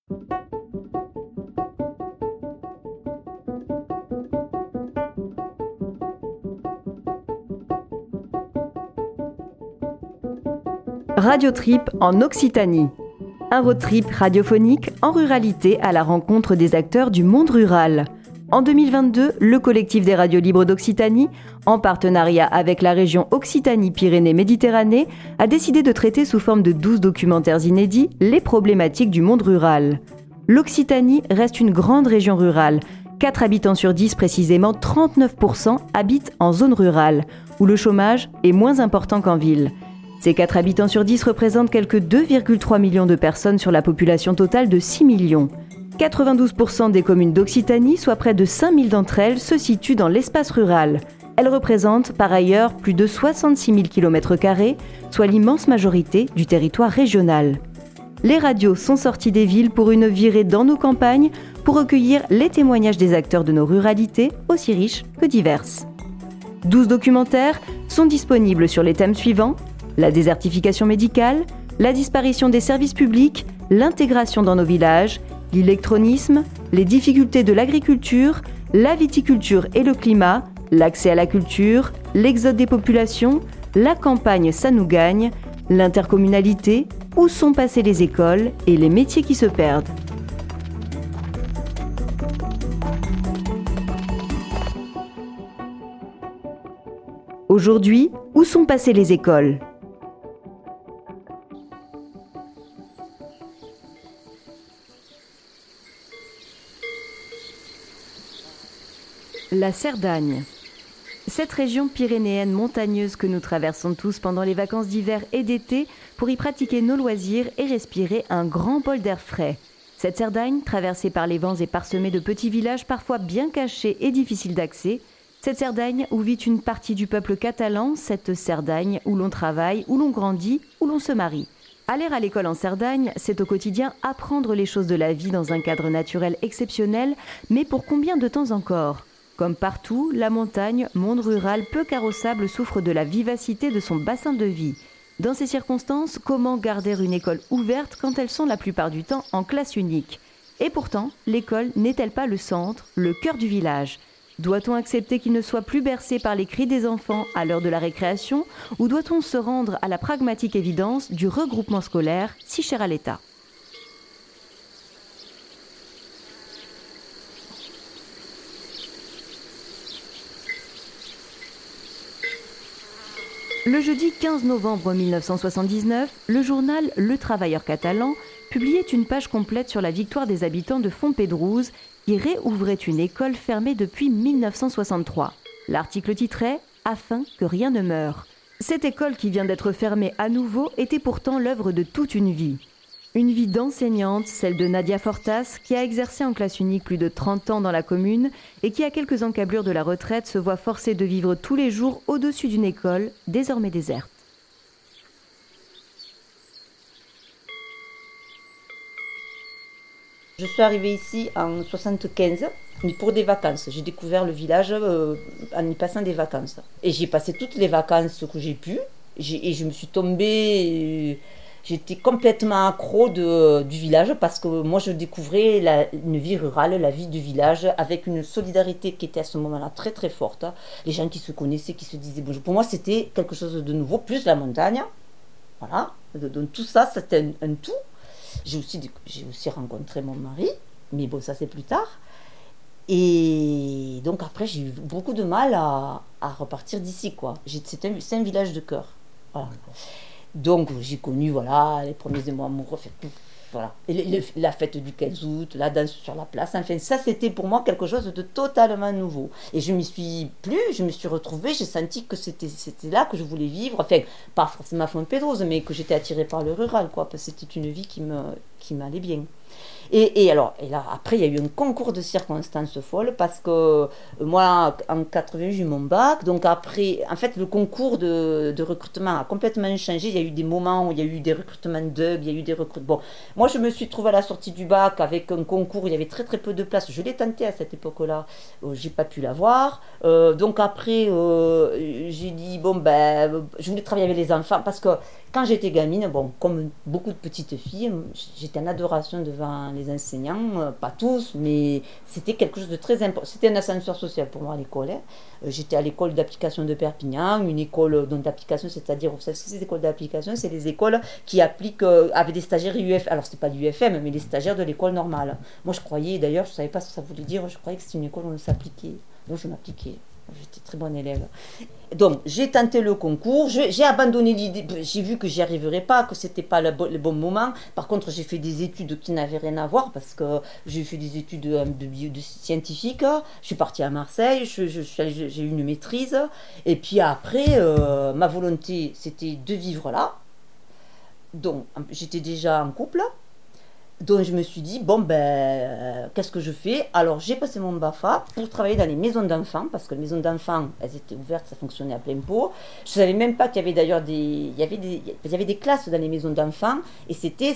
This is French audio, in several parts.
Radio Trip en Occitanie. Un road trip radiophonique en ruralité à la rencontre des acteurs du monde rural. En 2022, le collectif des radios libres d'Occitanie, en partenariat avec la région Occitanie-Pyrénées-Méditerranée, a décidé de traiter sous forme de 12 documentaires inédits les problématiques du monde rural. L'Occitanie reste une grande région rurale. 4 habitants sur 10, précisément 39%, habitent en zone rurale, où le chômage est moins important qu'en ville. Ces 4 habitants sur 10 représentent quelques 2,3 millions de personnes sur la population totale de 6 millions. 92% des communes d'Occitanie, soit près de 5000 d'entre elles, se situent dans l'espace rural. Elles représentent par ailleurs plus de 66 000 km², soit l'immense majorité du territoire régional. Les radios sont sorties des villes pour une virée dans nos campagnes pour recueillir les témoignages des acteurs de nos ruralités, aussi riches que diverses. 12 documentaires sont disponibles sur les thèmes suivants: la désertification médicale, la disparition des services publics, l'intégration dans nos villages, l'électronisme, les difficultés de l'agriculture, la viticulture et le climat, l'accès à la culture, l'exode des populations, la campagne ça nous gagne, l'intercommunalité, où sont passées les écoles et les métiers qui se perdent. Aujourd'hui, où sont passées les écoles ? La Cerdagne. Cette région pyrénéenne montagneuse que nous traversons tous pendant les vacances d'hiver et d'été pour y pratiquer nos loisirs et respirer un grand bol d'air frais. Cette Cerdagne, traversée par les vents et parsemée de petits villages parfois bien cachés et difficiles d'accès, cette Cerdagne où vit une partie du peuple catalan, cette Cerdagne où l'on travaille, où l'on grandit, où l'on se marie. Aller à l'école en Cerdagne, c'est au quotidien apprendre les choses de la vie dans un cadre naturel exceptionnel, mais pour combien de temps encore ? Comme partout, la montagne, monde rural peu carrossable, souffre de la vivacité de son bassin de vie. Dans ces circonstances, comment garder une école ouverte quand elles sont la plupart du temps en classe unique ? Et pourtant, l'école n'est-elle pas le centre, le cœur du village ? Doit-on accepter qu'il ne soit plus bercé par les cris des enfants à l'heure de la récréation, ou doit-on se rendre à la pragmatique évidence du regroupement scolaire si cher à l'État ? Le jeudi 15 novembre 1979, le journal Le Travailleur catalan publiait une page complète sur la victoire des habitants de Fontpédrouse qui réouvrait une école fermée depuis 1963. L'article titrait « Afin que rien ne meure ». Cette école qui vient d'être fermée à nouveau était pourtant l'œuvre de toute une vie. Une vie d'enseignante, celle de Nadia Fortas, qui a exercé en classe unique plus de 30 ans dans la commune et qui, à quelques encablures de la retraite, se voit forcée de vivre tous les jours au-dessus d'une école désormais déserte. Je suis arrivée ici en 1975, mais pour des vacances. J'ai découvert le village en y passant des vacances. Et j'ai passé toutes les vacances que j'ai pu. Et je me suis tombée... J'étais complètement accro du village parce que moi je découvrais une vie rurale, la vie du village avec une solidarité qui était à ce moment-là très très forte. Les gens qui se connaissaient, qui se disaient bonjour. Pour moi c'était quelque chose de nouveau, plus la montagne. Voilà, donc tout ça c'était un tout. J'ai aussi rencontré mon mari, mais bon ça c'est plus tard. Et donc après j'ai eu beaucoup de mal à repartir d'ici quoi. C'est un village de cœur. Voilà. Donc j'ai connu les premiers émois amoureux, voilà. Et la fête du 15 août, la danse sur la place, enfin ça c'était pour moi quelque chose de totalement nouveau. Et je m'y suis retrouvée, j'ai senti que c'était là que je voulais vivre, enfin pas forcément à Fontpédrouse, mais que j'étais attirée par le rural quoi, parce que c'était une vie qui m'allait bien. Et là, après, il y a eu un concours de circonstances folles parce que moi, en 80, j'ai eu mon bac. Donc après, en fait, le concours de recrutement a complètement changé. Il y a eu des moments où il y a eu des recrutements d'hub, il y a eu des recrutements... Bon, moi, je me suis trouvée à la sortie du bac avec un concours où il y avait très, très peu de places. Je l'ai tenté à cette époque-là. J'ai pas pu l'avoir. Donc après, j'ai dit, je voulais travailler avec les enfants parce que quand j'étais gamine, bon, comme beaucoup de petites filles, j'étais en adoration devant les enseignants, pas tous, mais c'était quelque chose de très important. C'était un ascenseur social pour moi à l'école. Hein. J'étais à l'école d'application de Perpignan, une école d'application, c'est-à-dire, vous savez ce que c'est, les écoles d'application, c'est les écoles qui appliquent avec des stagiaires UF. Alors, c'était pas l'UFM, mais les stagiaires de l'école normale. Moi, je croyais, d'ailleurs, je savais pas ce que ça voulait dire, je croyais que c'était une école où on s'appliquait. Donc, je m'appliquais. J'étais très bonne élève. Donc, j'ai tenté le concours, j'ai abandonné l'idée, j'ai vu que j'y arriverais pas, que c'était pas le bon moment. Par contre, j'ai fait des études qui n'avaient rien à voir, parce que j'ai fait des études de scientifiques. Je suis partie à Marseille, j'ai eu une maîtrise. Et puis après, ma volonté, c'était de vivre là. Donc, j'étais déjà en couple. Donc je me suis dit, bon qu'est-ce que je fais? Alors j'ai passé mon BAFA pour travailler dans les maisons d'enfants, parce que les maisons d'enfants, elles étaient ouvertes, ça fonctionnait à plein pot. Je savais même pas qu'il y avait d'ailleurs il y avait des classes dans les maisons d'enfants, et c'était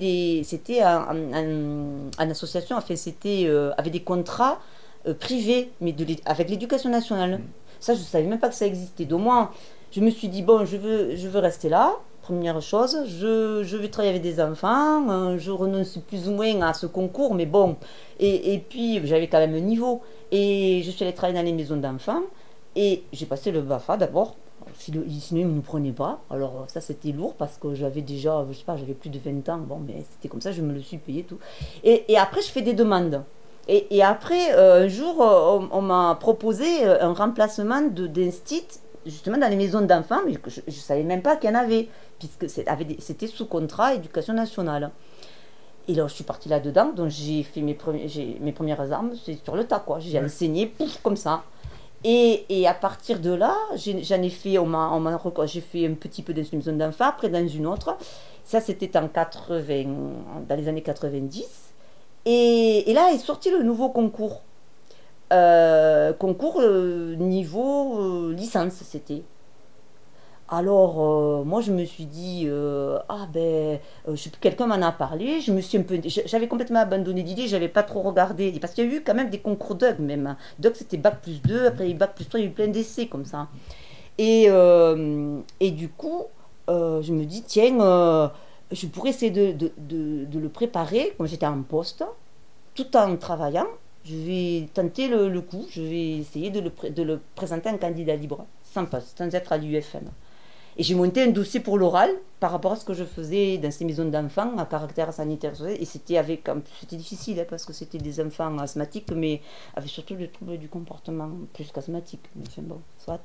en association, enfin c'était avec des contrats privés, mais avec l'éducation nationale. Ça, je savais même pas que ça existait. Donc moi, je me suis dit, bon, je veux rester là. Première chose, je vais travailler avec des enfants, je renonce plus ou moins à ce concours, mais bon, et puis j'avais quand même un niveau, et je suis allée travailler dans les maisons d'enfants, et j'ai passé le BAFA d'abord, sinon ils ne nous prenaient pas, alors ça c'était lourd, parce que j'avais déjà, je sais pas, j'avais plus de 20 ans, bon, mais c'était comme ça, je me le suis payé tout, et après je fais des demandes. Et après, un jour, on m'a proposé un remplacement d'instit, justement dans les maisons d'enfants, mais je ne savais même pas qu'il y en avait, puisque c'était sous contrat éducation nationale. Et là, je suis partie là-dedans, donc j'ai fait mes premières armes, c'est sur le tas, quoi. J'ai enseigné, pouf, comme ça. Et à partir de là, j'en ai fait, j'ai fait un petit peu dans une maison d'enfants, après dans une autre. Ça, c'était dans les années 90. Et là est sorti le nouveau concours. Concours niveau licence, c'était. Alors, moi, je me suis dit, quelqu'un m'en a parlé, j'avais complètement abandonné l'idée, j'avais pas trop regardé, parce qu'il y a eu quand même des concours DUG même. DUG, c'était Bac+2, après Bac+3, il y a eu plein d'essais comme ça. Et du coup, je me dis, tiens, je pourrais essayer de le préparer, comme j'étais en poste, tout en travaillant. Je vais tenter le coup, je vais essayer de le présenter en candidat libre, sans poste, sans être à l'UFM. Et j'ai monté un dossier pour l'oral par rapport à ce que je faisais dans ces maisons d'enfants à caractère sanitaire. Et c'était difficile, hein, parce que c'était des enfants asthmatiques, mais avec surtout des troubles du comportement plus qu'asthmatiques. Mais enfin bon, soit.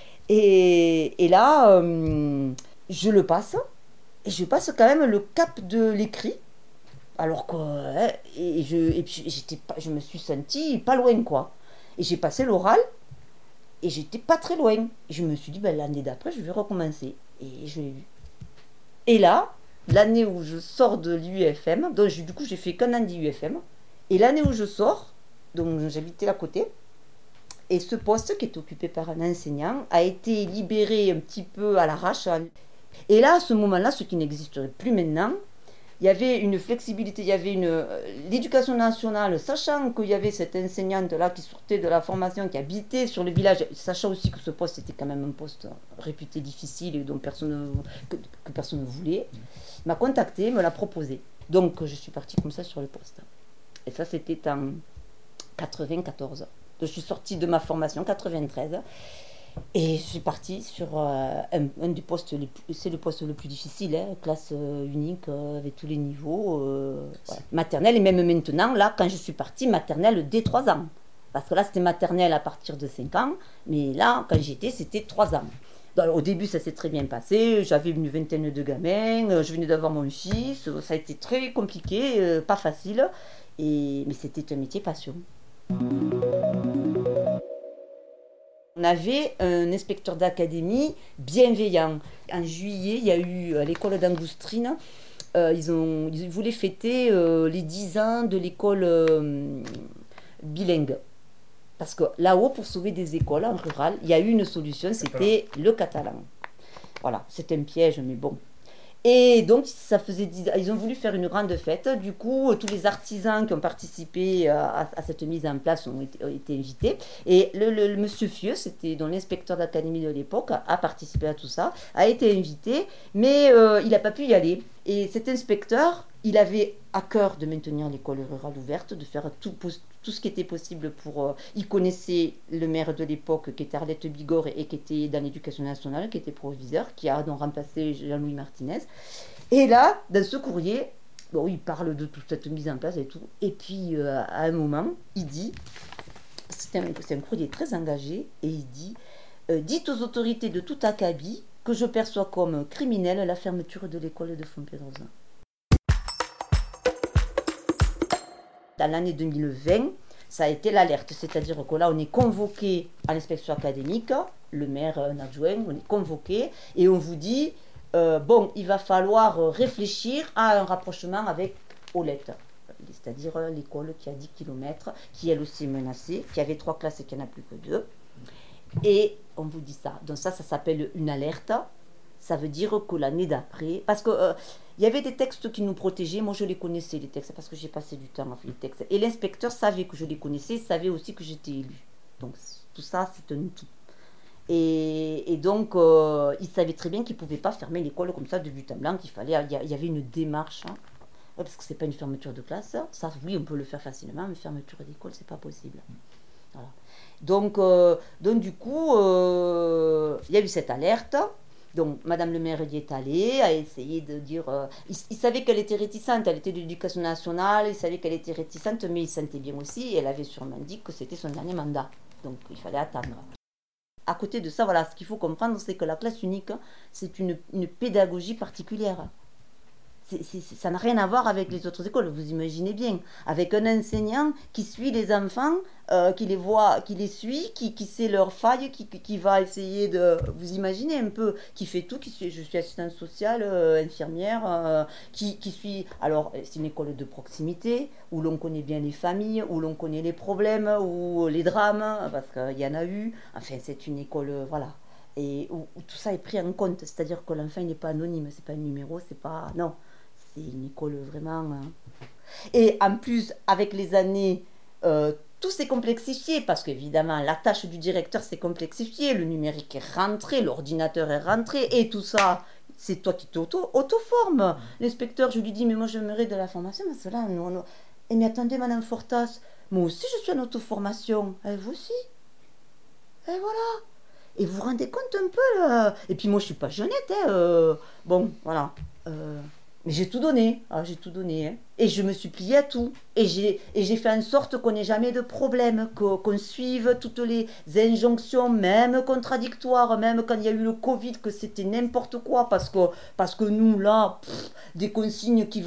Et là, je le passe. Et je passe quand même le cap de l'écrit. Alors que. Et puis je me suis sentie pas loin, quoi. Et j'ai passé l'oral. Et j'étais pas très loin. Et je me suis dit, l'année d'après, je vais recommencer. Et je l'ai eu. Et là, l'année où je sors de l'UFM, donc du coup, j'ai fait qu'un an d'UFM. Et l'année où je sors, donc j'habitais à côté, et ce poste qui est occupé par un enseignant a été libéré un petit peu à l'arrache. Et là, à ce moment-là, ce qui n'existerait plus maintenant, il y avait une flexibilité, il y avait l'éducation nationale, sachant qu'il y avait cette enseignante-là qui sortait de la formation, qui habitait sur le village, sachant aussi que ce poste était quand même un poste réputé difficile et dont que personne ne voulait, m'a contacté, me l'a proposé. Donc je suis partie comme ça sur le poste. Et ça, c'était en 94. Donc je suis sortie de ma formation, 93. Et je suis partie sur un des postes, c'est le poste le plus difficile, hein, classe unique avec tous les niveaux, maternelle, et même maintenant, là, quand je suis partie, maternelle dès 3 ans. Parce que là, c'était maternelle à partir de 5 ans, mais là, quand j'y étais, c'était 3 ans. Donc, au début, ça s'est très bien passé, j'avais une vingtaine de gamins, je venais d'avoir mon fils, ça a été très compliqué, pas facile, mais c'était un métier passion. On avait un inspecteur d'académie bienveillant. En juillet, il y a eu à l'école d'Angoustrine, ils voulaient fêter les 10 ans de l'école bilingue. Parce que là-haut, pour sauver des écoles en rural, il y a eu une solution, c'était le catalan. Voilà, c'est un piège, mais bon. Et donc, ils ont voulu faire une grande fête. Du coup, tous les artisans qui ont participé à cette mise en place ont été invités. Et le monsieur Fieux, c'était donc l'inspecteur d'académie de l'époque, a participé à tout ça, a été invité, mais il n'a pas pu y aller. Et cet inspecteur, il avait à cœur de maintenir l'école rurale ouverte, de faire tout ce qui était possible pour... il connaissait le maire de l'époque, qui était Arlette Bigorre, et qui était dans l'éducation nationale, qui était proviseur, qui a donc remplacé Jean-Louis Martinez. Et là, dans ce courrier, bon, il parle de toute cette mise en place et tout. Et puis, à un moment, il dit... C'est un courrier très engagé, et il dit dites aux autorités de tout acabit que je perçois comme criminelle la fermeture de l'école de Fontpédrosa. Dans l'année 2020, ça a été l'alerte, c'est-à-dire que là, on est convoqué à l'inspection académique, le maire, un adjoint, on est convoqué, et on vous dit bon, il va falloir réfléchir à un rapprochement avec Olette. C'est-à-dire l'école qui a 10 km, qui elle aussi est menacée, qui avait 3 classes et qui n'en a plus que 2. Et on vous dit ça. Donc ça s'appelle une alerte. Ça veut dire que l'année d'après... Parce qu'il y avait des textes qui nous protégeaient. Moi, je les connaissais, les textes, parce que j'ai passé du temps à faire les textes. Et l'inspecteur savait que je les connaissais, savait aussi que j'étais élue. Donc tout ça, c'est un tout. Et donc, il savait très bien qu'il ne pouvait pas fermer l'école comme ça de but en blanc. Il y avait une démarche... Hein. Ouais, parce que c'est pas une fermeture de classe, ça oui on peut le faire facilement, mais fermeture d'école c'est pas possible. Voilà. Donc du coup il y a eu cette alerte. Donc Madame le maire y est allée, a essayé de dire, il savait qu'elle était réticente, elle était de l'éducation nationale, il savait qu'elle était réticente, mais il sentait bien aussi, et elle avait sûrement dit que c'était son dernier mandat, donc il fallait attendre. À côté de ça, voilà, ce qu'il faut comprendre, c'est que la classe unique, c'est une pédagogie particulière. Ça n'a rien à voir avec les autres écoles, vous imaginez bien. Avec un enseignant qui suit les enfants, qui les voit, qui les suit, qui sait leurs failles, qui va essayer de... Vous imaginez un peu, qui fait tout, je suis assistante sociale, infirmière, qui suit... Alors, c'est une école de proximité, où l'on connaît bien les familles, où l'on connaît les problèmes, ou les drames, parce qu'il y en a eu. Enfin, c'est une école, voilà. Et où tout ça est pris en compte, c'est-à-dire que l'enfant n'est pas anonyme, c'est pas un numéro, c'est pas... Non. C'est une école vraiment... Et en plus, avec les années, tout s'est complexifié, parce qu'évidemment, la tâche du directeur s'est complexifiée, le numérique est rentré, l'ordinateur est rentré, et tout ça, c'est toi qui t'auto-formes. L'inspecteur, je lui dis, mais moi j'aimerais de la formation, mais cela, non. Et mais attendez, Madame Fortas, moi aussi je suis en auto-formation. Et vous aussi. Et voilà. Et vous vous rendez compte un peu, là. Et puis moi, je suis pas jeunette, hein. Bon, voilà. Mais j'ai tout donné, j'ai tout donné. Hein. Et je me suis pliée à tout. Et j'ai fait en sorte qu'on n'ait jamais de problème, qu'on suive toutes les injonctions, même contradictoires, même quand il y a eu le Covid, que c'était n'importe quoi, parce que nous, là, des consignes qui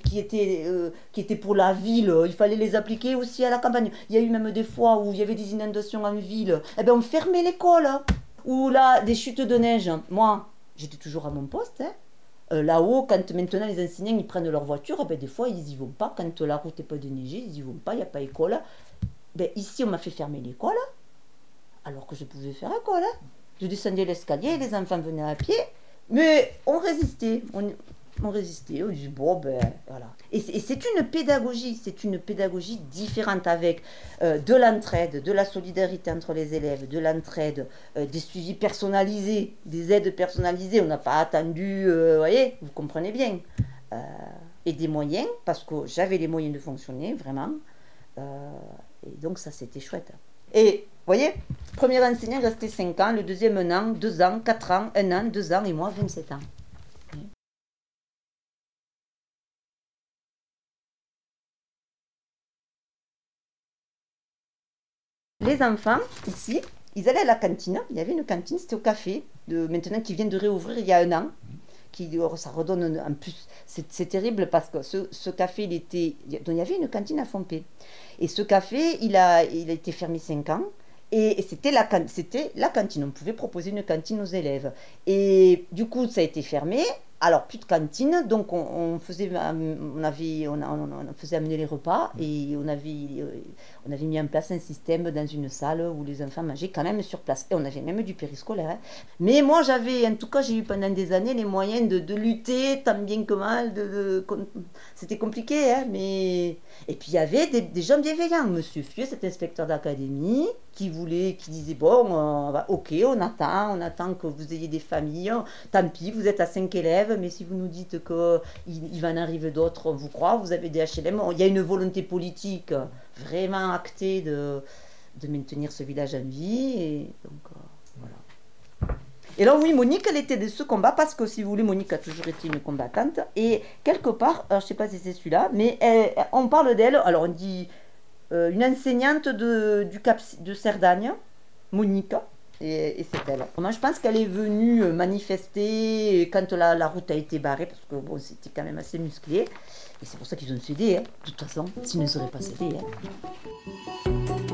étaient pour la ville, il fallait les appliquer aussi à la campagne. Il y a eu même des fois où il y avait des inondations en ville. Eh bien, on fermait l'école. Hein. Ou là, des chutes de neige. Moi, j'étais toujours à mon poste, hein. Là-haut, quand maintenant les enseignants ils prennent leur voiture, ben, des fois ils n'y vont pas. Quand la route n'est pas déneigée, ils n'y vont pas, il n'y a pas école. Ben, ici, on m'a fait fermer l'école, alors que je pouvais faire école. Hein. Je descendais l'escalier, les enfants venaient à pied, mais on résistait. On résistait, on dit bon ben voilà. Et c'est une pédagogie différente avec de l'entraide, de la solidarité entre les élèves, de l'entraide, des suivis personnalisés, des aides personnalisées. On n'a pas attendu, vous voyez, vous comprenez bien. Et des moyens, parce que j'avais les moyens de fonctionner vraiment. Et donc ça c'était chouette. Et vous voyez, le premier enseignant restait 5 ans, le deuxième 1 an, 2 ans, 4 ans, 1 an, 2 ans et moi 27 ans. Les enfants, ici, ils allaient à la cantine. Il y avait une cantine, c'était au café, maintenant qui vient de réouvrir il y a 1 an. Ça redonne en plus. C'est terrible parce que ce café, donc il y avait une cantine à Fontpé. Et ce café, il a été fermé 5 ans. Et c'était la cantine. On pouvait proposer une cantine aux élèves. Et du coup, ça a été fermé. Alors, plus de cantine, donc on faisait amener les repas et on avait mis en place un système dans une salle où les enfants mangeaient quand même sur place. Et on avait même du périscolaire. Hein. Mais moi, en tout cas, j'ai eu pendant des années les moyens de lutter tant bien que mal. C'était compliqué, hein, mais... Et puis, il y avait des gens bienveillants. Monsieur Fieux, cet inspecteur d'académie, qui disait, bon, ok, on attend que vous ayez des familles. Tant pis, vous êtes à 5 élèves, mais si vous nous dites qu'il va en arriver d'autres, on vous croit, vous avez des HLM. Il y a une volonté politique vraiment actée de maintenir ce village en vie. Et donc, voilà. Et là, oui, Monique, elle était de ce combat, parce que si vous voulez, Monique a toujours été une combattante. Et quelque part, alors, je ne sais pas si c'est celui-là, mais on parle d'elle, alors on dit une enseignante du Cap de Cerdagne, Monique. Et c'est elle. Moi, je pense qu'elle est venue manifester quand la route a été barrée, parce que bon, c'était quand même assez musclé. Et c'est pour ça qu'ils ont cédé, hein. De toute façon, s'ils ne seraient pas cédés. Hein.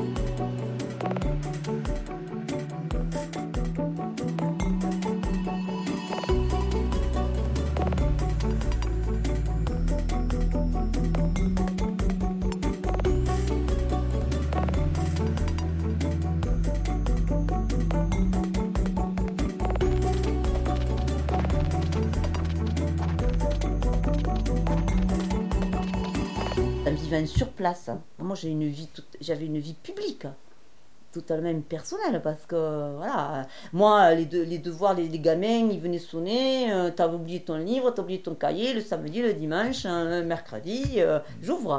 Sur place. Moi, j'avais une vie publique, totalement personnelle, parce que voilà, moi, les devoirs, les gamins, ils venaient sonner, t'as oublié ton livre, t'as oublié ton cahier, le samedi, le dimanche, mercredi, j'ouvre.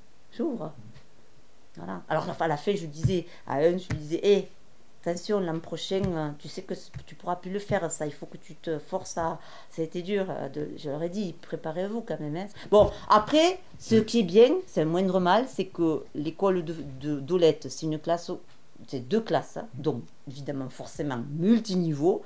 Voilà. Alors à la fin, je disais à un, hé, attention, l'an prochain, tu sais que tu pourras plus le faire, ça. Il faut que tu te forces à... Ça a été dur. Je leur ai dit, préparez-vous quand même. Hein. Bon, après, ce qui est bien, c'est un moindre mal, c'est que l'école d'Olette, c'est une classe... C'est 2 classes, hein, donc évidemment forcément multiniveau,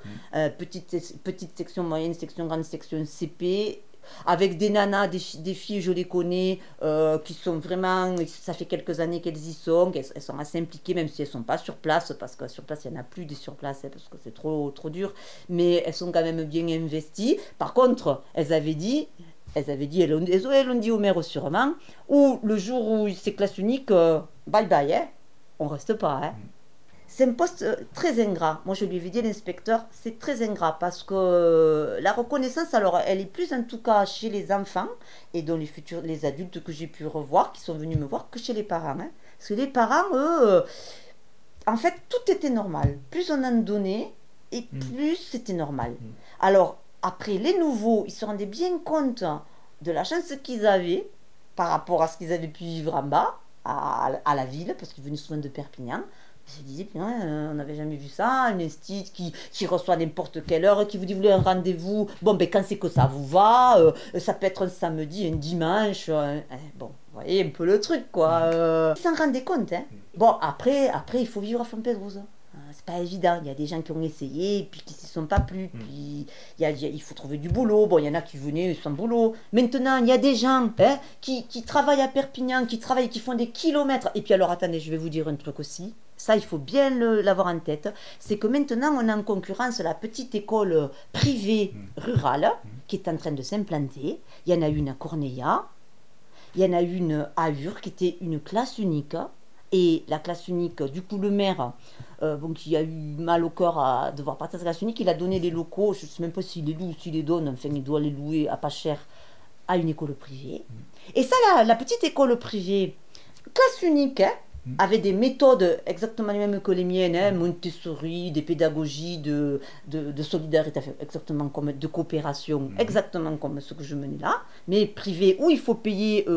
petite section, moyenne section, grande section CP, avec des nanas, des filles, je les connais, qui sont vraiment, ça fait quelques années qu'elles y sont, elles sont assez impliquées, même si elles ne sont pas sur place, parce que sur place, il n'y en a plus des sur place, hein, parce que c'est trop dur, mais elles sont quand même bien investies. Par contre, elles avaient dit, elles l'ont dit au maire sûrement, ou le jour où c'est classe unique, bye bye, hein, on reste pas, hein. C'est un poste très ingrat. Moi, je lui avais dit à l'inspecteur, c'est très ingrat parce que la reconnaissance, alors, elle est plus en tout cas chez les enfants et dans les adultes que j'ai pu revoir, qui sont venus me voir, que chez les parents. Hein. Parce que les parents, eux, en fait, tout était normal. Plus on en donnait et plus c'était normal. Alors, après, les nouveaux, ils se rendaient bien compte de la chance qu'ils avaient par rapport à ce qu'ils avaient pu vivre en bas, à la ville, parce qu'ils venaient souvent de Perpignan. Je disais, on n'avait jamais vu ça, une institut qui reçoit n'importe quelle heure, qui vous dit, vous voulez un rendez-vous, bon, ben quand c'est que ça vous va, ça peut être un samedi, un dimanche, bon, vous voyez un peu le truc, quoi. Ils s'en rendaient compte, hein. Bon, après, il faut vivre à Fontpédrouse. C'est pas évident, il y a des gens qui ont essayé, et puis qui ne s'y sont pas plus, puis il faut trouver du boulot, bon, il y en a qui venaient sans boulot. Maintenant, il y a des gens qui travaillent à Perpignan, qui font des kilomètres, et puis alors, attendez, je vais vous dire un truc aussi. Ça, il faut bien l'avoir en tête. C'est que maintenant, on a en concurrence la petite école privée rurale qui est en train de s'implanter. Il y en a une à Corneilla, il y en a une à Ur qui était une classe unique. Et la classe unique, du coup, le maire, qui a eu mal au cœur à devoir partir de la classe unique, il a donné les locaux, je ne sais même pas s'il les loue ou s'il les donne, enfin, il doit les louer à pas cher à une école privée. Et ça, la petite école privée, classe unique, avait des méthodes exactement les mêmes que les miennes, hein, Montessori, des pédagogies de solidarité, exactement comme de coopération, exactement comme ce que je menais là, mais privé, où il faut payer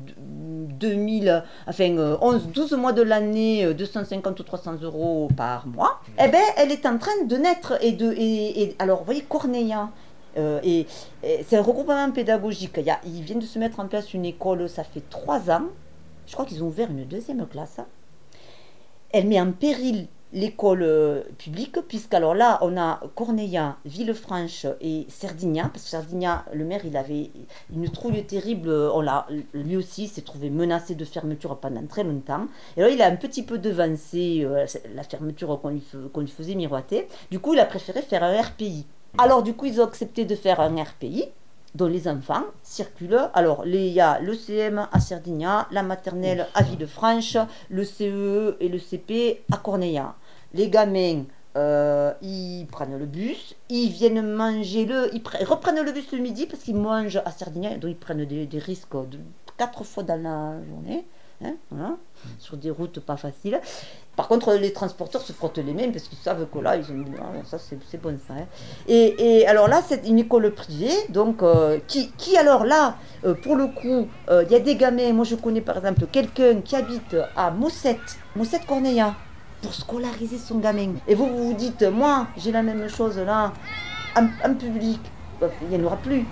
12 mois de l'année, 250 ou 300 euros par mois. Eh bien, elle est en train de naître, et alors, vous voyez, Corneilla, et c'est un regroupement pédagogique. Ils viennent de se mettre en place une école, ça fait 3 ans. Je crois qu'ils ont ouvert une 2e classe. Elle met en péril l'école publique, puisqu'alors là, on a Corneilla, Villefranche et Cerdignan, parce que Cerdignan, le maire, il avait une trouille terrible, lui aussi s'est trouvé menacé de fermeture pendant très longtemps, et là, il a un petit peu devancé la fermeture qu'on lui faisait miroiter, du coup, il a préféré faire un RPI. Alors, du coup, ils ont accepté de faire un RPI, dont les enfants circulent. Alors, il y a le CM à Cerdignas, la maternelle à Villefranche, le CE et le CP à Cornellà. Les gamins, ils prennent le bus, ils viennent manger ils reprennent le bus le midi parce qu'ils mangent à Cerdignas, donc ils prennent des risques 4 fois dans la journée. Voilà, sur des routes pas faciles. Par contre, les transporteurs se frottent les mains parce qu'ils savent que là, ils ont ça c'est bon ça. Et alors là, c'est une école privée, donc qui alors là, pour le coup, il y a des gamins. Moi, je connais par exemple quelqu'un qui habite à Mosset-Cornellà, pour scolariser son gamin. Et vous vous dites, moi, j'ai la même chose là, en public, il n'y en aura plus.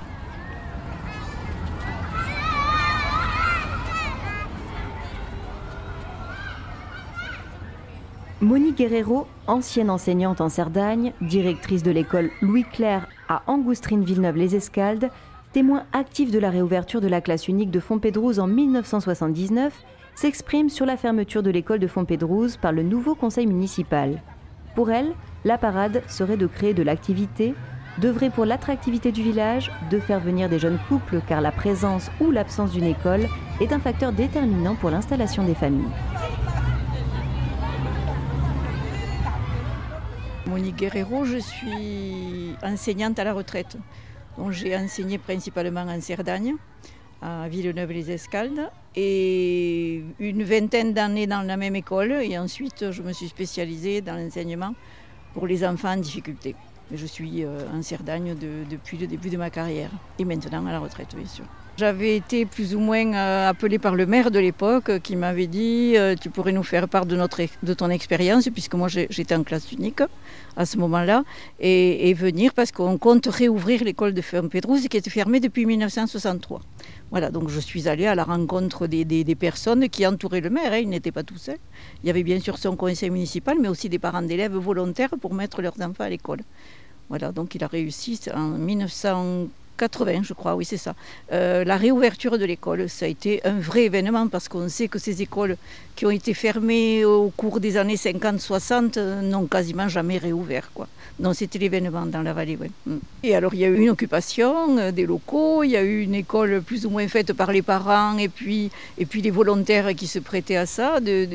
Monique Guerrero, ancienne enseignante en Cerdagne, directrice de l'école Louis Clerc à Angoustrine-Villeneuve-les-Escaldes, témoin actif de la réouverture de la classe unique de Fontpédrouse en 1979, s'exprime sur la fermeture de l'école de Fontpédrouse par le nouveau conseil municipal. Pour elle, la parade serait de créer de l'activité, d'œuvrer pour l'attractivité du village, de faire venir des jeunes couples car la présence ou l'absence d'une école est un facteur déterminant pour l'installation des familles. Monique Guerrero, je suis enseignante à la retraite. Donc, j'ai enseigné principalement en Cerdagne, à Villeneuve-les-Escaldes, et une vingtaine d'années dans la même école. Et ensuite, je me suis spécialisée dans l'enseignement pour les enfants en difficulté. Je suis en Cerdagne depuis le début de ma carrière, et maintenant à la retraite, bien sûr. J'avais été plus ou moins appelée par le maire de l'époque qui m'avait dit tu pourrais nous faire part de ton expérience, puisque moi j'étais en classe unique à ce moment-là, et venir parce qu'on compte réouvrir l'école de Fontpédrouse qui était fermée depuis 1963. Voilà, donc je suis allée à la rencontre des personnes qui entouraient le maire, il n'était pas tout seul. Il y avait bien sûr son conseil municipal, mais aussi des parents d'élèves volontaires pour mettre leurs enfants à l'école. Voilà, donc il a réussi en 1980, je crois, oui c'est ça. La réouverture de l'école, ça a été un vrai événement parce qu'on sait que ces écoles qui ont été fermées au cours des années 50-60 n'ont quasiment jamais réouvert, quoi. Donc c'était l'événement dans la vallée, oui. Et alors il y a eu une occupation des locaux, il y a eu une école plus ou moins faite par les parents et puis les volontaires qui se prêtaient à ça,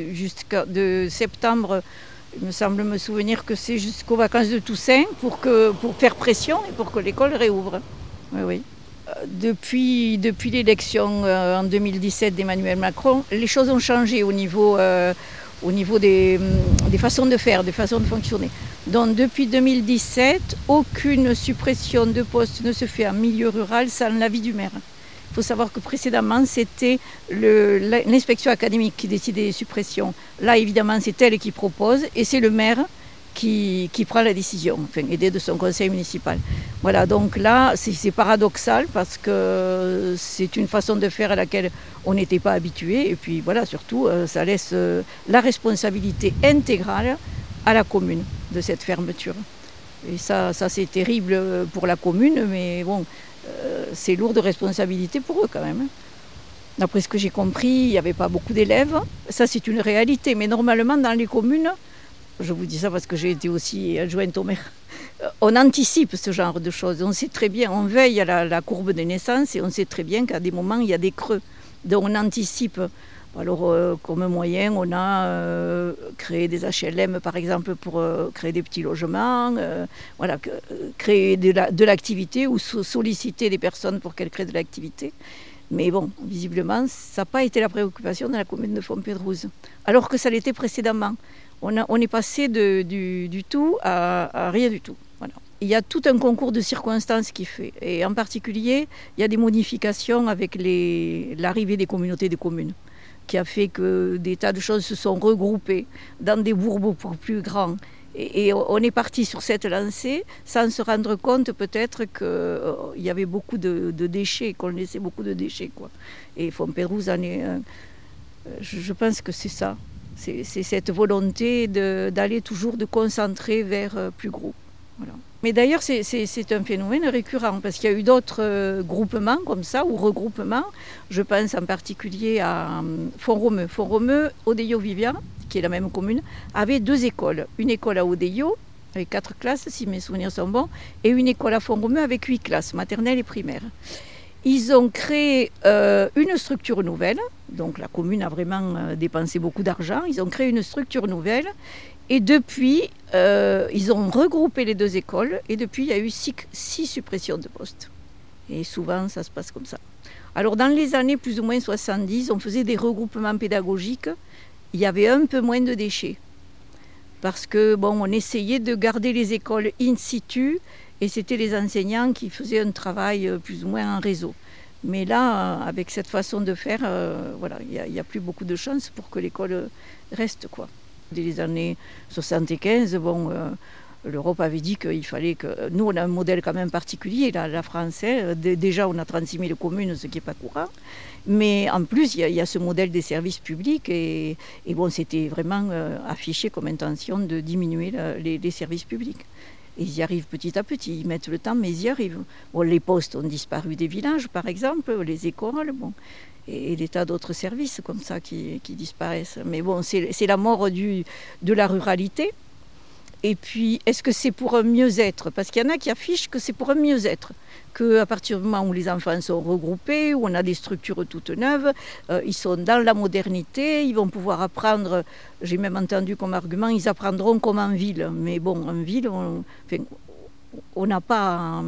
de septembre. Il me semble me souvenir que c'est jusqu'aux vacances de Toussaint pour faire pression et pour que l'école réouvre. Oui, oui. Depuis l'élection en 2017 d'Emmanuel Macron, les choses ont changé au niveau des façons de faire, des façons de fonctionner. Donc depuis 2017, aucune suppression de postes ne se fait en milieu rural sans l'avis du maire. Il faut savoir que précédemment, c'était l'inspection académique qui décidait des suppressions. Là, évidemment, c'est elle qui propose et c'est le maire qui prend la décision, enfin, aidé de son conseil municipal. Voilà, donc là, c'est paradoxal parce que c'est une façon de faire à laquelle on n'était pas habitué. Et puis voilà, surtout, ça laisse la responsabilité intégrale à la commune de cette fermeture. Et ça c'est terrible pour la commune, mais bon, c'est lourd de responsabilité pour eux quand même. D'après ce que j'ai compris, il n'y avait pas beaucoup d'élèves. Ça, c'est une réalité. Mais normalement, dans les communes, je vous dis ça parce que j'ai été aussi adjointe au maire, on anticipe ce genre de choses. On sait très bien, on veille à la courbe des naissances et on sait très bien qu'à des moments, il y a des creux. Donc on anticipe. Alors, comme moyen, on a créé des HLM, par exemple, pour créer des petits logements, voilà, créer de l'activité ou solliciter des personnes pour qu'elles créent de l'activité. Mais bon, visiblement, ça n'a pas été la préoccupation de la commune de Fontpédrouse, alors que ça l'était précédemment. On est passé du tout à rien du tout. Voilà. Il y a tout un concours de circonstances qui fait. Et en particulier, il y a des modifications avec l'arrivée des communautés de communes, qui a fait que des tas de choses se sont regroupées dans des bourgs beaucoup plus grands. Et on est parti sur cette lancée sans se rendre compte peut-être qu'il y avait beaucoup de déchets, qu'on laissait beaucoup de déchets, quoi. Et Fontpédrouse en est... je pense que c'est ça. C'est cette volonté d'aller toujours, de concentrer vers plus gros. Voilà. Mais d'ailleurs, c'est un phénomène récurrent, parce qu'il y a eu d'autres groupements comme ça, ou regroupements. Je pense en particulier à Font-Romeu. Font-Romeu, Odeillo-Vivian, qui est la même commune, avait 2 écoles. Une école à Odeillo, avec 4 classes, si mes souvenirs sont bons, et une école à Font-Romeu avec 8 classes, maternelles et primaires. Ils ont créé une structure nouvelle, donc la commune a vraiment dépensé beaucoup d'argent, ils ont créé une structure nouvelle, et depuis, ils ont regroupé les 2 écoles, et depuis, il y a eu 6 suppressions de postes. Et souvent, ça se passe comme ça. Alors, dans les années plus ou moins 70, on faisait des regroupements pédagogiques, il y avait un peu moins de déchets. Parce que, on essayait de garder les écoles in situ, et c'était les enseignants qui faisaient un travail plus ou moins en réseau. Mais là, avec cette façon de faire, il n'y a plus beaucoup de chances pour que l'école reste, quoi. Dès les années 75, l'Europe avait dit qu'il fallait que... Nous, on a un modèle quand même particulier, la France. Déjà, on a 36 000 communes, ce qui n'est pas courant. Mais en plus, il y a ce modèle des services publics. Et c'était vraiment affiché comme intention de diminuer les services publics. Et ils y arrivent petit à petit. Ils mettent le temps, mais ils y arrivent. Les postes ont disparu des villages, par exemple, les écoles, et des tas d'autres services comme ça qui disparaissent. Mais c'est la mort de la ruralité. Et puis, est-ce que c'est pour un mieux-être? Parce qu'il y en a qui affichent que c'est pour un mieux-être. Qu'à partir du moment où les enfants sont regroupés, où on a des structures toutes neuves, ils sont dans la modernité, ils vont pouvoir apprendre, j'ai même entendu comme argument, ils apprendront comme en ville. Mais en ville, on n'a pas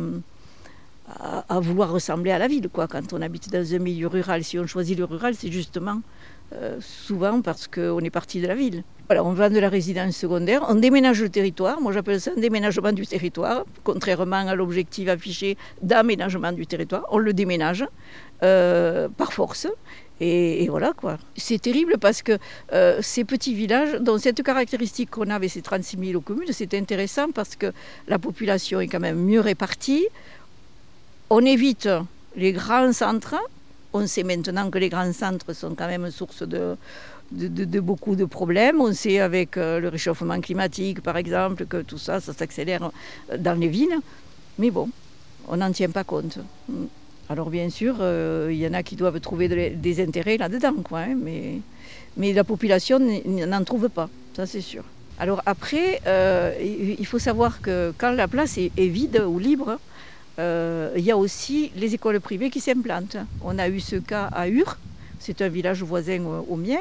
à vouloir ressembler à la ville, quoi. Quand on habite dans un milieu rural, si on choisit le rural, c'est justement souvent parce qu'on est parti de la ville. Voilà, on vend de la résidence secondaire, on déménage le territoire. Moi, j'appelle ça un déménagement du territoire, contrairement à l'objectif affiché d'aménagement du territoire. On le déménage par force. Et voilà, quoi. C'est terrible parce que ces petits villages, dont cette caractéristique qu'on a avec ces 36 000 communes, c'est intéressant parce que la population est quand même mieux répartie. On évite les grands centres. On sait maintenant que les grands centres sont quand même source de beaucoup de problèmes. On sait avec le réchauffement climatique, par exemple, que tout ça s'accélère dans les villes. Mais on n'en tient pas compte. Alors bien sûr, il y en a qui doivent trouver des intérêts là-dedans, quoi, hein, mais la population n'en trouve pas, ça c'est sûr. Alors après, il faut savoir que quand la place est vide ou libre, il y a aussi les écoles privées qui s'implantent. On a eu ce cas à Ur, c'est un village voisin au mien.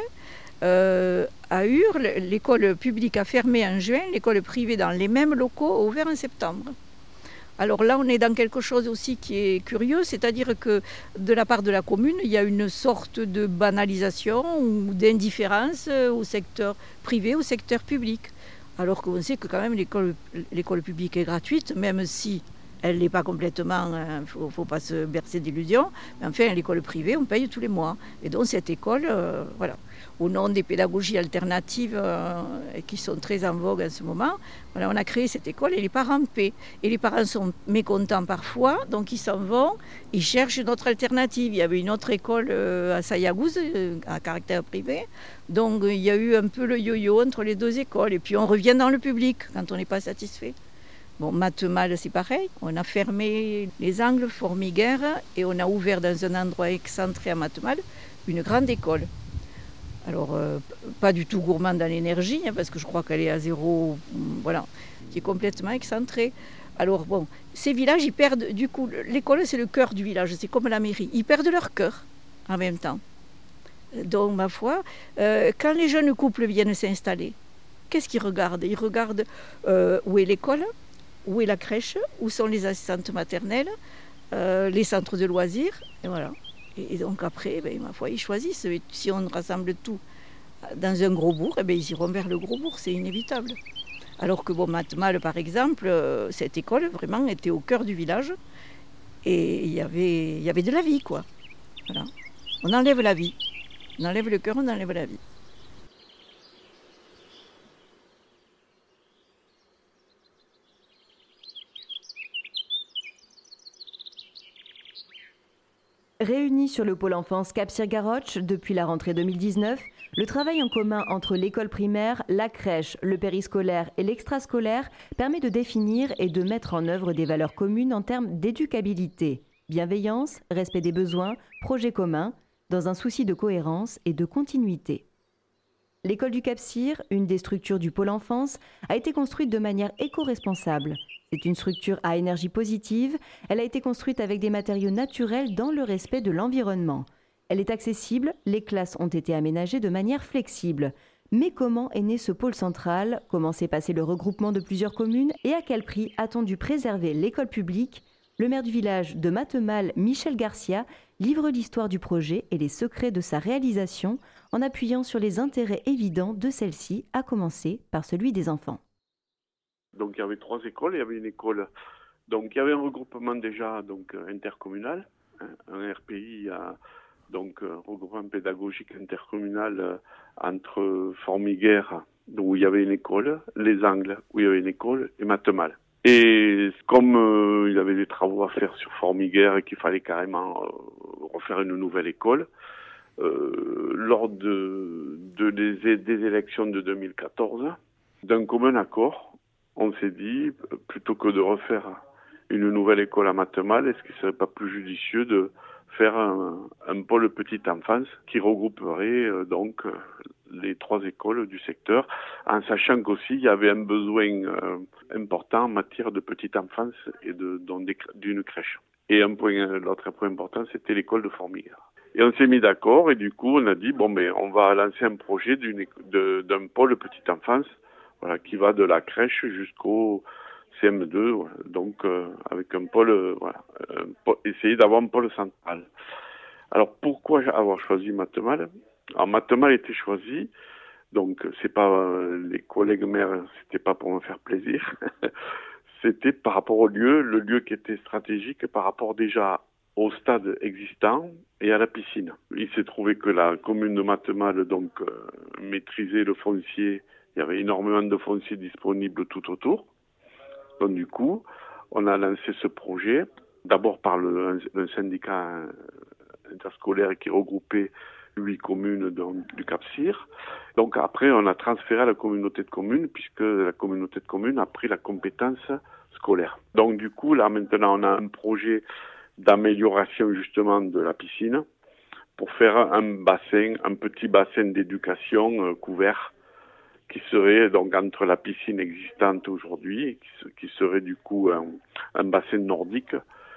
À Ur, l'école publique a fermé en juin, l'école privée dans les mêmes locaux a ouvert en septembre. Alors là, on est dans quelque chose aussi qui est curieux, c'est-à-dire que de la part de la commune, il y a une sorte de banalisation ou d'indifférence au secteur privé, au secteur public. Alors qu'on sait que quand même l'école publique est gratuite, même si elle n'est pas complètement, il ne faut pas se bercer d'illusions, mais enfin, l'école privée, on paye tous les mois. Et donc cette école, au nom des pédagogies alternatives qui sont très en vogue en ce moment, on a créé cette école et les parents paient. Et les parents sont mécontents parfois, donc ils s'en vont, ils cherchent une autre alternative. Il y avait une autre école à Sayagouz, à caractère privé, donc il y a eu un peu le yo-yo entre les 2 écoles. Et puis on revient dans le public quand on n'est pas satisfait. Mathemal, c'est pareil. On a fermé les angles Formiguères et on a ouvert dans un endroit excentré à Mathemal une grande école. Alors, pas du tout gourmand dans l'énergie, hein, parce que je crois qu'elle est à 0, qui est complètement excentrée. Alors ces villages, ils perdent, du coup, l'école c'est le cœur du village, c'est comme la mairie. Ils perdent leur cœur en même temps. Donc, ma foi, quand les jeunes couples viennent s'installer, qu'est-ce qu'ils regardent? Ils regardent où est l'école, où est la crèche, où sont les assistantes maternelles, les centres de loisirs, et voilà. Et donc après, ma foi, ils choisissent. Si on rassemble tout dans un gros bourg, ils iront vers le gros bourg, c'est inévitable. Alors que Mathemal, par exemple, cette école vraiment était au cœur du village, et il y avait de la vie, quoi. Voilà. On enlève la vie. On enlève le cœur, on enlève la vie. Réunis sur le pôle enfance Cap-Cirgaroche depuis la rentrée 2019, le travail en commun entre l'école primaire, la crèche, le périscolaire et l'extrascolaire permet de définir et de mettre en œuvre des valeurs communes en termes d'éducabilité, bienveillance, respect des besoins, projet commun, dans un souci de cohérence et de continuité. L'école du Cap-Cyr, une des structures du pôle enfance, a été construite de manière éco-responsable. C'est une structure à énergie positive. Elle a été construite avec des matériaux naturels dans le respect de l'environnement. Elle est accessible, les classes ont été aménagées de manière flexible. Mais comment est né ce pôle central? Comment s'est passé le regroupement de plusieurs communes? Et à quel prix a-t-on dû préserver l'école publique? Le maire du village de Matemal, Michel Garcia, livre l'histoire du projet et les secrets de sa réalisation en appuyant sur les intérêts évidents de celle-ci, à commencer par celui des enfants. Donc il y avait 3 écoles, il y avait une école, donc il y avait un regroupement déjà intercommunal, un RPI, donc un regroupement pédagogique intercommunal entre Formiguères, où il y avait une école, Les Angles, où il y avait une école, et Matemal. Et comme il y avait des travaux à faire sur Formiguères et qu'il fallait carrément refaire une nouvelle école, lors des élections de 2014, d'un commun accord, on s'est dit, plutôt que de refaire une nouvelle école à Matemal, est-ce qu'il ne serait pas plus judicieux de faire un pôle petite enfance qui regrouperait les 3 écoles du secteur, en sachant qu'aussi il y avait un besoin important en matière de petite enfance et d'une crèche. Et l'autre point important, c'était l'école de Formiguères. Et on s'est mis d'accord et du coup on a dit on va lancer un projet d'un pôle petite enfance, voilà, qui va de la crèche jusqu'au CM2, voilà. Donc avec un pôle, essayer d'avoir un pôle central. Alors pourquoi avoir choisi Matemal? Alors Matemal était choisi, donc c'est pas les collègues maires, c'était pas pour me faire plaisir, c'était par rapport au lieu, le lieu qui était stratégique par rapport déjà au stade existant et à la piscine. Il s'est trouvé que la commune de Matemal maîtrisait le foncier. Il y avait énormément de foncier disponible tout autour. Donc du coup, on a lancé ce projet, d'abord par le syndicat interscolaire qui regroupait 8 communes du Cap-Cyr. Donc après, on a transféré à la communauté de communes, puisque la communauté de communes a pris la compétence scolaire. Donc du coup, là maintenant, on a un projet d'amélioration justement de la piscine pour faire un petit bassin d'éducation couvert, qui serait donc entre la piscine existante aujourd'hui, qui serait du coup un bassin nordique.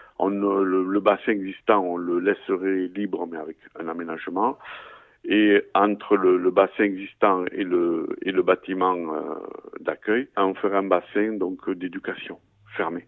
Le bassin existant, on le laisserait libre, mais avec un aménagement. Et entre le bassin existant et le bâtiment d'accueil, on ferait un bassin d'éducation fermé.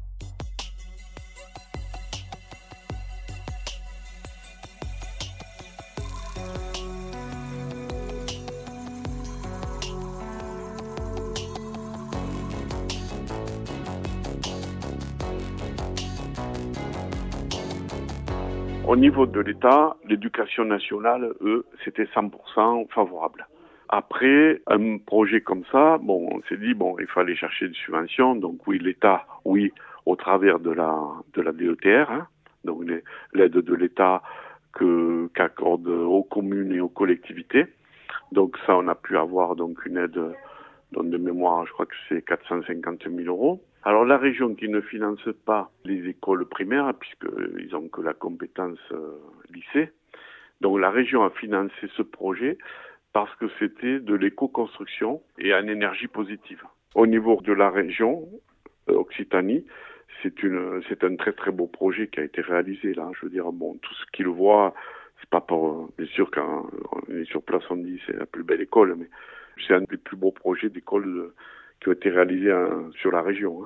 Au niveau de l'État, l'éducation nationale, eux, c'était 100% favorable. Après, un projet comme ça, on s'est dit, il fallait chercher des subventions. Donc oui, l'État, oui, au travers de la DETR, donc l'aide de l'État qu'accorde aux communes et aux collectivités. Donc ça, on a pu avoir une aide de mémoire, je crois que c'est 450 000 euros. Alors la région qui ne finance pas les écoles primaires, puisqu'ils ont que la compétence lycée, donc la région a financé ce projet parce que c'était de l'éco-construction et en énergie positive. Au niveau de la région Occitanie, c'est un très très beau projet qui a été réalisé là. Je veux dire, tout ce qui le voit, c'est pas pour, bien sûr quand on est sur place on dit c'est la plus belle école, mais c'est un des plus beaux projets d'école qui ont été réalisés sur la région.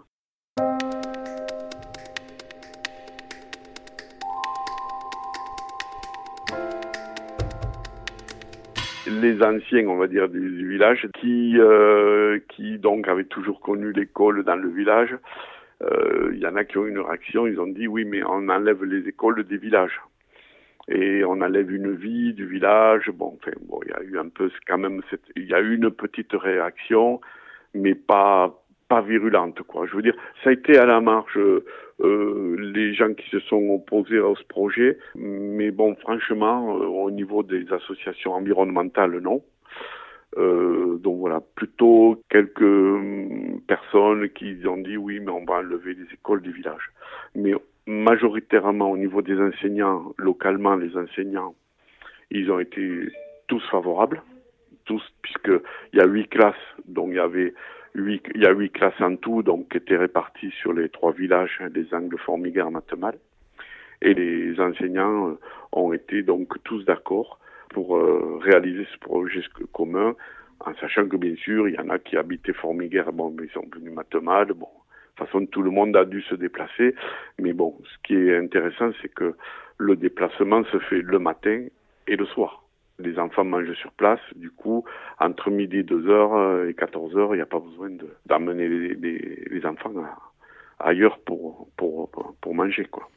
Les anciens, on va dire, du village, qui donc avaient toujours connu l'école dans le village, il y en a qui ont eu une réaction, ils ont dit oui, mais on enlève les écoles des villages. Et on enlève une vie du village. Il y a eu un peu quand même il y a eu une petite réaction, mais pas virulente, quoi. Je veux dire, ça a été à la marge les gens qui se sont opposés à ce projet, mais franchement, au niveau des associations environnementales, non. Donc voilà, plutôt quelques personnes qui ont dit oui, mais on va enlever les écoles du village. Mais majoritairement au niveau des enseignants, localement les enseignants, ils ont été tous favorables, tous, puisqu'il y a 8 classes, donc il y a 8 classes en tout, donc qui étaient réparties sur les 3 villages des Angles, Formiguères, Matemal. Et les enseignants ont été donc tous d'accord pour réaliser ce projet commun, en sachant que bien sûr, il y en a qui habitaient Formiguères, bon, mais ils sont venus Matemal, bon. De toute façon, tout le monde a dû se déplacer, mais bon, ce qui est intéressant, c'est que le déplacement se fait le matin et le soir. Les enfants mangent sur place, du coup, entre midi 2h et 14h, il n'y a pas besoin d'amener les enfants ailleurs pour manger, quoi.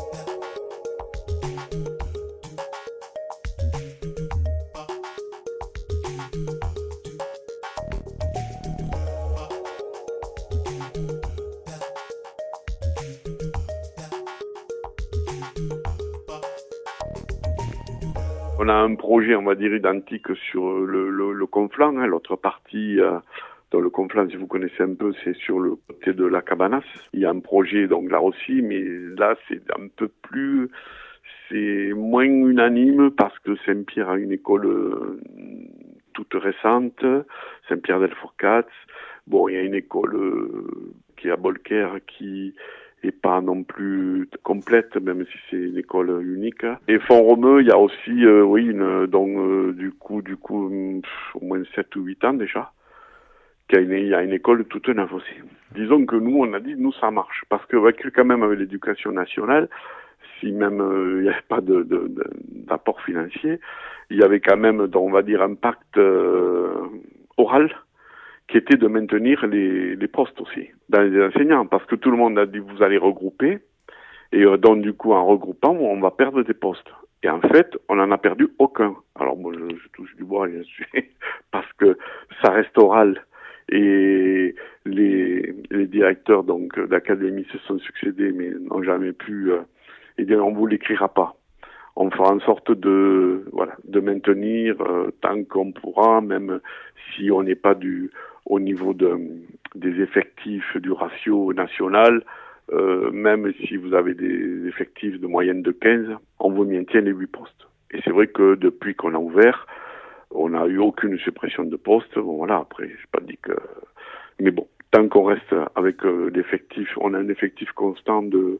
On a un projet, on va dire, identique sur le Conflans, l'autre partie, dans le Conflans, si vous connaissez un peu, c'est sur le côté de la Cabanas. Il y a un projet, donc là aussi, mais là, c'est un peu plus, c'est moins unanime parce que Saint-Pierre a une école toute récente, Saint-Pierre-del-Fourcade. Bon, il y a une école qui est à Bolquer qui et pas non plus complète, même si c'est une école unique. Et Font-Romeu, il y a aussi, du coup, au moins 7 ou 8 ans déjà, il y a une école toute neuve aussi. Disons que nous, on a dit, nous, ça marche. Parce que quand même, avec l'éducation nationale, si même il n'y avait pas d'apport financier, il y avait quand même, on va dire, un pacte oral, qui était de maintenir les postes aussi dans les enseignants, parce que tout le monde a dit vous allez regrouper, et donc du coup en regroupant on va perdre des postes. Et en fait on n'en a perdu aucun. Alors moi je touche du bois bien sûr, parce que ça reste oral, et les directeurs donc d'académie se sont succédés mais n'ont jamais pu, et bien on vous l'écrira pas. On fera en sorte de maintenir tant qu'on pourra, même si on n'est pas au niveau des effectifs du ratio national, même si vous avez des effectifs de moyenne de 15, on vous maintient les 8 postes. Et c'est vrai que depuis qu'on a ouvert, on n'a eu aucune suppression de postes. Bon voilà, après, j'ai pas dit que... Mais bon, tant qu'on reste avec l'effectif, on a un effectif constant de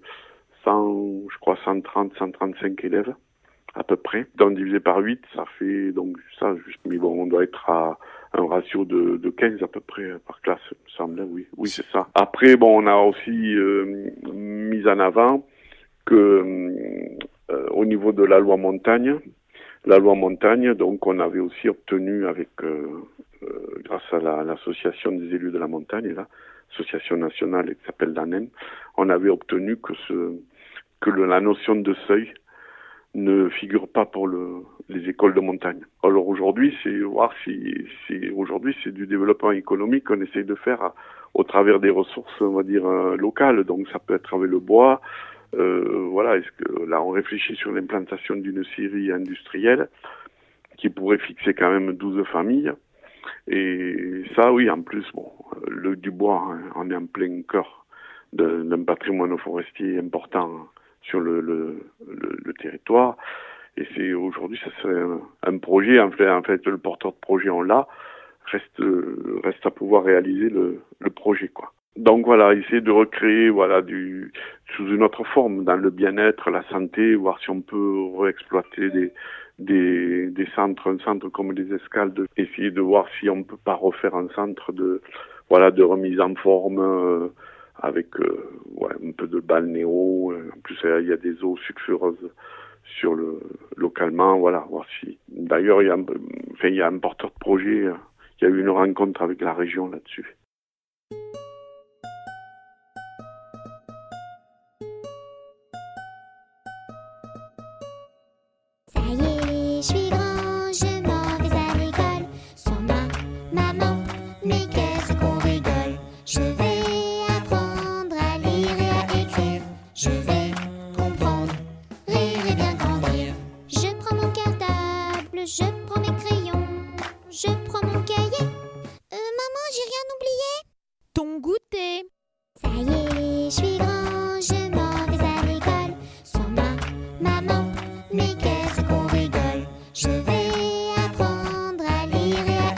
135 élèves, à peu près. Donc divisé par 8, ça fait donc ça, mais bon, on doit être à un ratio de 15 à peu près par classe, il me semble, oui, c'est ça. Après, bon, on a aussi mis en avant que au niveau de la loi montagne, donc on avait aussi obtenu avec, grâce à l'association des élus de la montagne, là, association nationale qui s'appelle l'ANEM, on avait obtenu que la notion de seuil ne figure pas pour les écoles de montagne. Alors aujourd'hui, c'est voir aujourd'hui c'est du développement économique qu'on essaye de faire au travers des ressources, on va dire locales. Donc ça peut être avec le bois. Est-ce que là on réfléchit sur l'implantation d'une scierie industrielle qui pourrait fixer quand même 12 familles. Et ça, oui, en plus, le du bois, hein, on est en plein cœur d'un patrimoine forestier important sur le territoire. Et c'est aujourd'hui, ça serait un projet. En fait, le porteur de projet, on l'a. Reste à pouvoir réaliser le projet, quoi. Donc voilà, essayer de recréer, sous une autre forme, dans le bien-être, la santé, voir si on peut réexploiter des centres, un centre comme les Escaldes, essayer de voir si on peut pas refaire un centre de remise en forme, avec un peu de balnéo. En plus, il y a des eaux sulfureuses localement, voir si... D'ailleurs, il y a un porteur de projet, il y a eu une rencontre avec la région là-dessus. Ça y est, je suis grand, je m'en vais à l'école. Sans ma maman, mais qu'est-ce qu'on rigole. Je vais apprendre à lire et à écrire. Je vais comprendre, rire et bien grandir. Je prends mon cartable, je prends mes crayons, je prends mon cahier. Maman, j'ai rien oublié. Ton goûter. Ça y est, je suis grand, je m'en vais à l'école. Sans ma maman, mais qu'est-ce qu'on rigole. Je vais apprendre à lire et à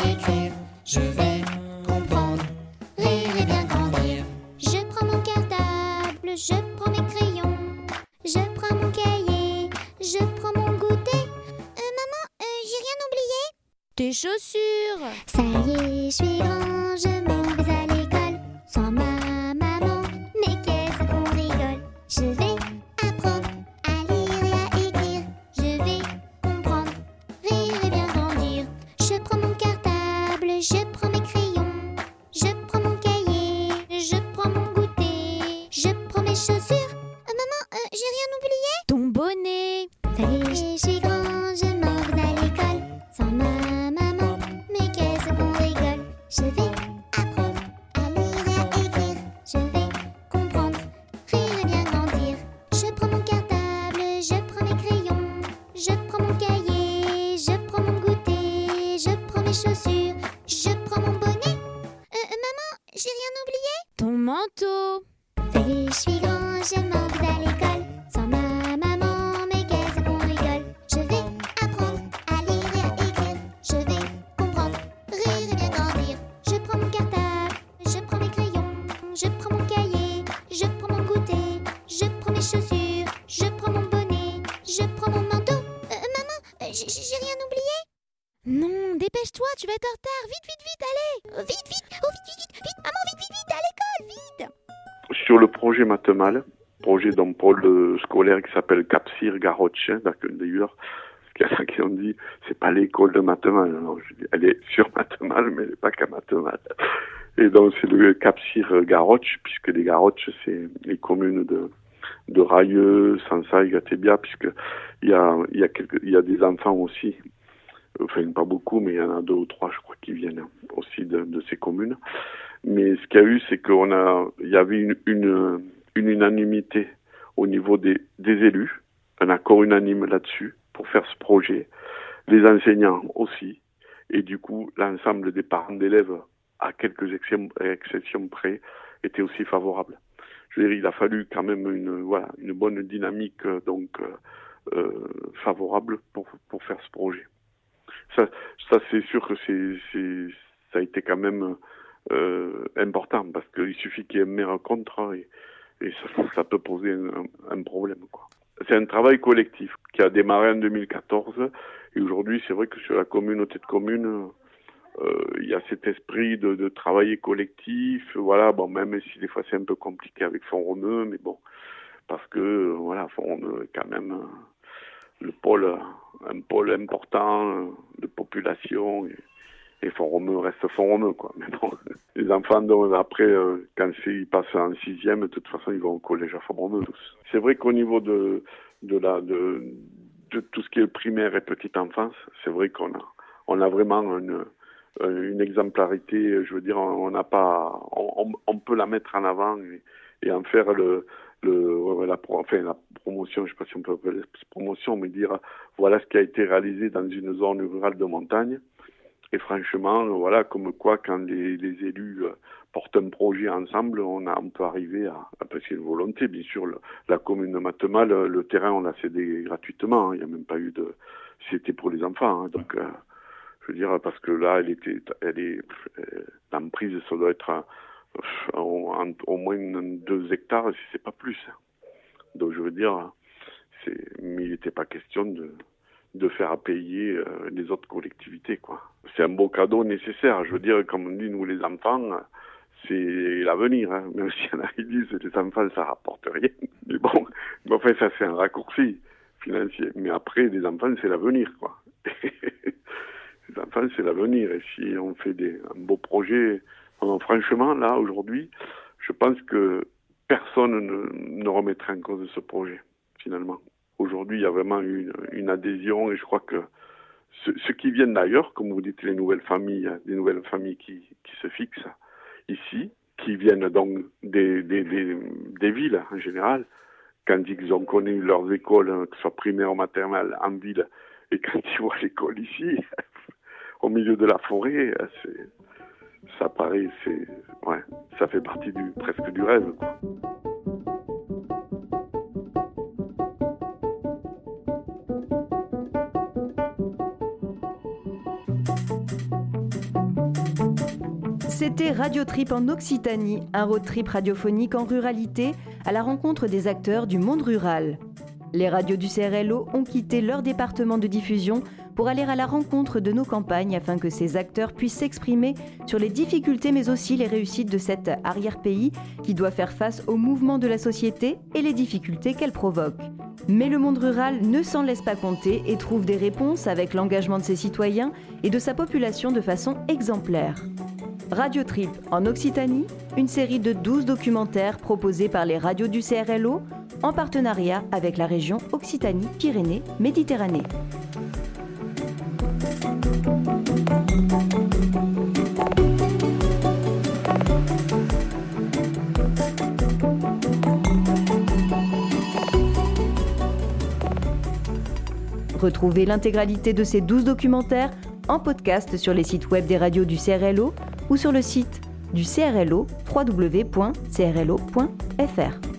tes chaussures. Ça y est, je suis grand, je m'en vais à l'école. Sans ma maman, mais qu'est-ce qu'on rigole. Je vais apprendre à lire et à écrire. Je vais comprendre, rire et bien grandir. Je prends mon cartable, je prends mes crayons. Je prends mon cahier, je prends mon goûter. Je prends mes chaussures. Maman, j'ai rien oublié. Ton bonnet. Ça y est, je suis grand, je m'en vais à l'école. Sans ma maman, mais qu'est-ce qu'on rigole. Je vais apprendre à lire et à écrire. Je vais comprendre, rire et bien grandir. Je prends mon cartable, je prends mes crayons. Je prends mon cahier, je prends mon goûter. Je prends mes chaussures, je prends mon bonnet. Maman, j'ai rien oublié. Ton manteau. Ça y est, je suis grand, je m'en vais à l'école. Sans ma maman, mais qu'est-ce qu'on rigole. Je vais apprendre à lire et à écrire. Je vais comprendre, rire et bien grandir. Je prends mon cartable, je prends mes crayons. Je prends mon cahier, je prends mon goûter. Je prends mes chaussures, je prends mon bonnet. Je prends mon manteau. Maman, j'ai rien oublié. Non, dépêche-toi, tu vas être en retard. Vite, vite, vite, allez. Vite, vite, oh vite, maman, vite, à l'école, vite. Sur le projet Matemal, projet d'un pôle scolaire qui s'appelle Capcir Garroche, d'ailleurs, il y en a qui ont dit, c'est pas l'école de Matemal. Alors, je dis, elle est sur Matemal, mais elle n'est pas qu'à Matemal. Et donc, c'est le Capcir Garroche, puisque les Garroches, c'est les communes de Rayeux, Sansaï, Gatébia, puisque il y a des enfants aussi, enfin pas beaucoup, mais il y en a 2 ou 3, je crois, qui viennent aussi de ces communes. Mais ce qu'il y a eu, c'est il y avait une unanimité au niveau des élus, un accord unanime là-dessus pour faire ce projet, les enseignants aussi, et du coup, l'ensemble des parents d'élèves, à quelques exceptions près, étaient aussi favorables. Je veux dire, il a fallu quand même une bonne dynamique favorable pour faire ce projet. Ça c'est sûr que ça a été quand même important, parce qu'il suffit qu'il y ait un maire contre et ça peut poser un problème, quoi. C'est un travail collectif qui a démarré en 2014 et aujourd'hui c'est vrai que sur la communauté de communes il y a cet esprit de travailler collectif, voilà, bon, même si des fois c'est un peu compliqué avec Font-Romeu, mais bon, parce que voilà, Font-Romeu est quand même un pôle important de population et Font-Romeu reste Font-Romeu, quoi. Mais bon, les enfants, donc, après, quand ils passent en 6e, de toute façon, ils vont au collège à Font-Romeu tous. C'est vrai qu'au niveau de tout ce qui est primaire et petite enfance, c'est vrai qu'on a vraiment une exemplarité. Je veux dire, on peut la mettre en avant et en faire la promotion, je sais pas si on peut appeler promotion, mais dire voilà ce qui a été réalisé dans une zone rurale de montagne. Et franchement, voilà, comme quoi, quand les élus portent un projet ensemble, on peut arriver à parce qu'il y a une volonté. Bien sûr, la commune de Matemal, le terrain, on l'a cédé gratuitement. Hein, il n'y a même pas eu c'était pour les enfants. Hein, donc, je veux dire, parce que là, l'emprise, ça doit être au moins 2 hectares, si c'est pas plus. Donc, je veux dire, mais il n'était pas question de faire payer les autres collectivités, quoi. C'est un beau cadeau nécessaire. Je veux dire, comme on dit, nous les enfants, c'est l'avenir. Hein. Même s'il y en a qui disent que les enfants, ça rapporte rien. Mais bon, enfin, ça c'est un raccourci financier. Mais après, les enfants, c'est l'avenir, quoi. Les enfants, c'est l'avenir. Et si on fait un beau projet, franchement, là, aujourd'hui, je pense que personne ne remettrait en cause ce projet, finalement. Aujourd'hui, il y a vraiment une adhésion et je crois que ceux qui viennent d'ailleurs, comme vous dites, des nouvelles familles qui se fixent ici, qui viennent donc des villes en général, quand ils ont connu leurs écoles, que ce soit primaire ou maternelle, en ville, et quand ils voient l'école ici, au milieu de la forêt, ça paraît, ça fait partie presque du rêve, quoi. C'était Radio Trip en Occitanie, un road trip radiophonique en ruralité à la rencontre des acteurs du monde rural. Les radios du CRLO ont quitté leur département de diffusion pour aller à la rencontre de nos campagnes afin que ces acteurs puissent s'exprimer sur les difficultés mais aussi les réussites de cet arrière-pays qui doit faire face aux mouvements de la société et les difficultés qu'elle provoque. Mais le monde rural ne s'en laisse pas compter et trouve des réponses avec l'engagement de ses citoyens et de sa population de façon exemplaire. Radio Trip en Occitanie, une série de 12 documentaires proposés par les radios du CRLO en partenariat avec la région Occitanie-Pyrénées-Méditerranée. Retrouvez l'intégralité de ces 12 documentaires en podcast sur les sites web des radios du CRLO ou sur le site du CRLO www.crlo.fr.